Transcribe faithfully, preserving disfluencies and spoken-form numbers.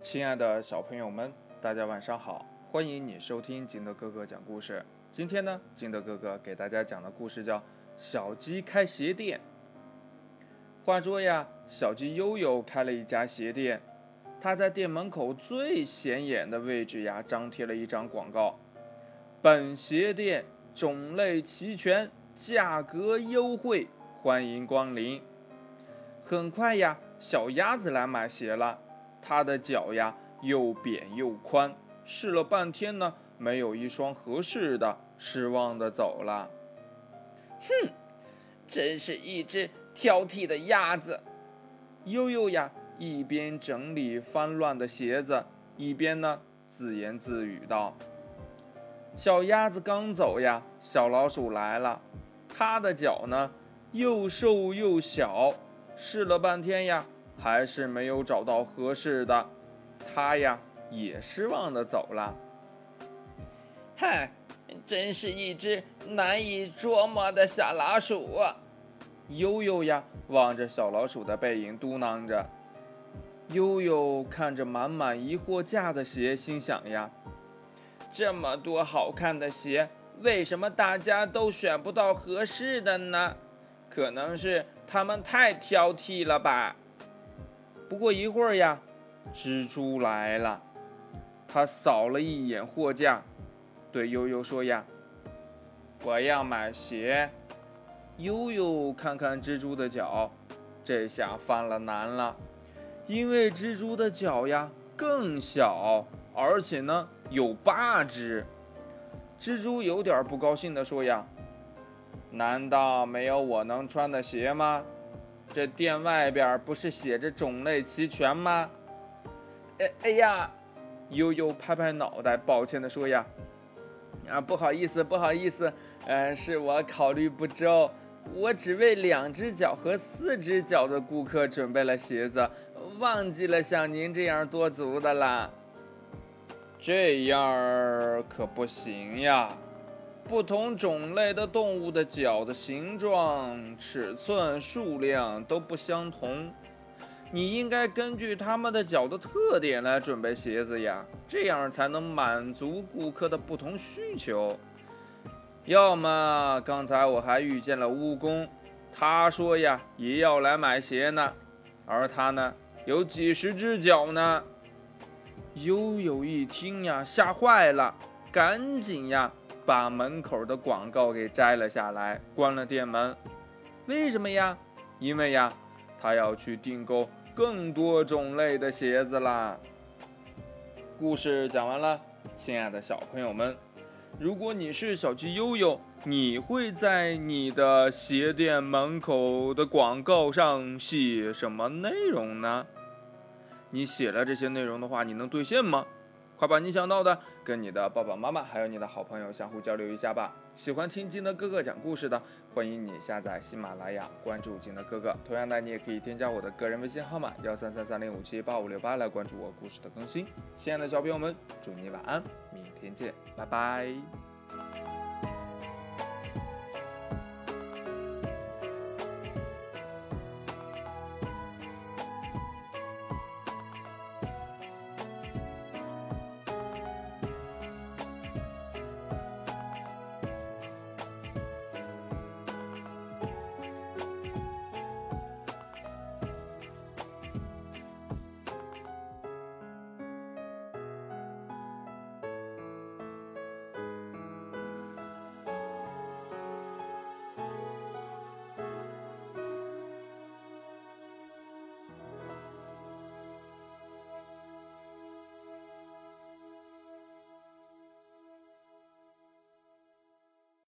亲爱的小朋友们，大家晚上好！欢迎你收听金德哥哥讲故事。今天呢，金德哥哥给大家讲的故事叫《小鸡开鞋店》。话说呀，小鸡悠悠开了一家鞋店，他在店门口最显眼的位置呀，张贴了一张广告：本鞋店种类齐全，价格优惠，欢迎光临。很快呀，小鸭子来买鞋了。他的脚呀又扁又宽，试了半天呢，没有一双合适的，失望的走了。 哼，真是一只挑剔的鸭子。 悠悠呀一边整理翻乱的鞋子，一边呢自言自语道：小鸭子刚走呀，小老鼠来了。它的脚呢又瘦又小，试了半天呀还是没有找到合适的，他呀也失望的走了。 嗨，真是一只难以捉摸的小老鼠啊！ 悠悠呀望着小老鼠的背影嘟囔着。悠悠看着满满移货架的鞋，心想呀， 这么多好看的鞋，为什么大家都选不到合适的呢？可能是他们太挑剔了吧。 不过一会儿呀，蜘蛛来了。他扫了一眼货架，对悠悠说呀：我要买鞋。悠悠看看蜘蛛的脚，这下犯了难了，因为蜘蛛的脚呀更小，而且呢有八只。蜘蛛有点不高兴地说呀：难道没有我能穿的鞋吗？这店外边不是写着种类齐全吗？ 哎哎呀， 悠悠拍拍脑袋，抱歉地说呀： 啊，不好意思，不好意思，呃，是我考虑不周，我只为两只脚和四只脚的顾客准备了鞋子，忘记了像您这样多足的啦。 这样可不行呀。不同种类的动物的脚的形状、尺寸、数量都不相同，你应该根据它们的脚的特点来准备鞋子呀，这样才能满足顾客的不同需求。要么刚才我还遇见了蜈蚣，他说呀也要来买鞋呢，而他呢有几十只脚呢。悠悠一听呀，吓坏了，赶紧呀把门口的广告给摘了下来，关了店门。为什么呀？因为呀，他要去订购更多种类的鞋子啦。故事讲完了，亲爱的小朋友们，如果你是小鸡悠悠，你会在你的鞋店门口的广告上写什么内容呢？你写了这些内容的话，你能兑现吗？快把你想到的跟你的爸爸妈妈还有你的好朋友相互交流一下吧。喜欢听金德哥哥讲故事的，欢迎你下载喜马拉雅，关注金德哥哥。同样的，你也可以添加我的个人微信号码幺三三三零五七八五六八来关注我故事的更新。亲爱的小朋友们，祝你晚安，明天见，拜拜。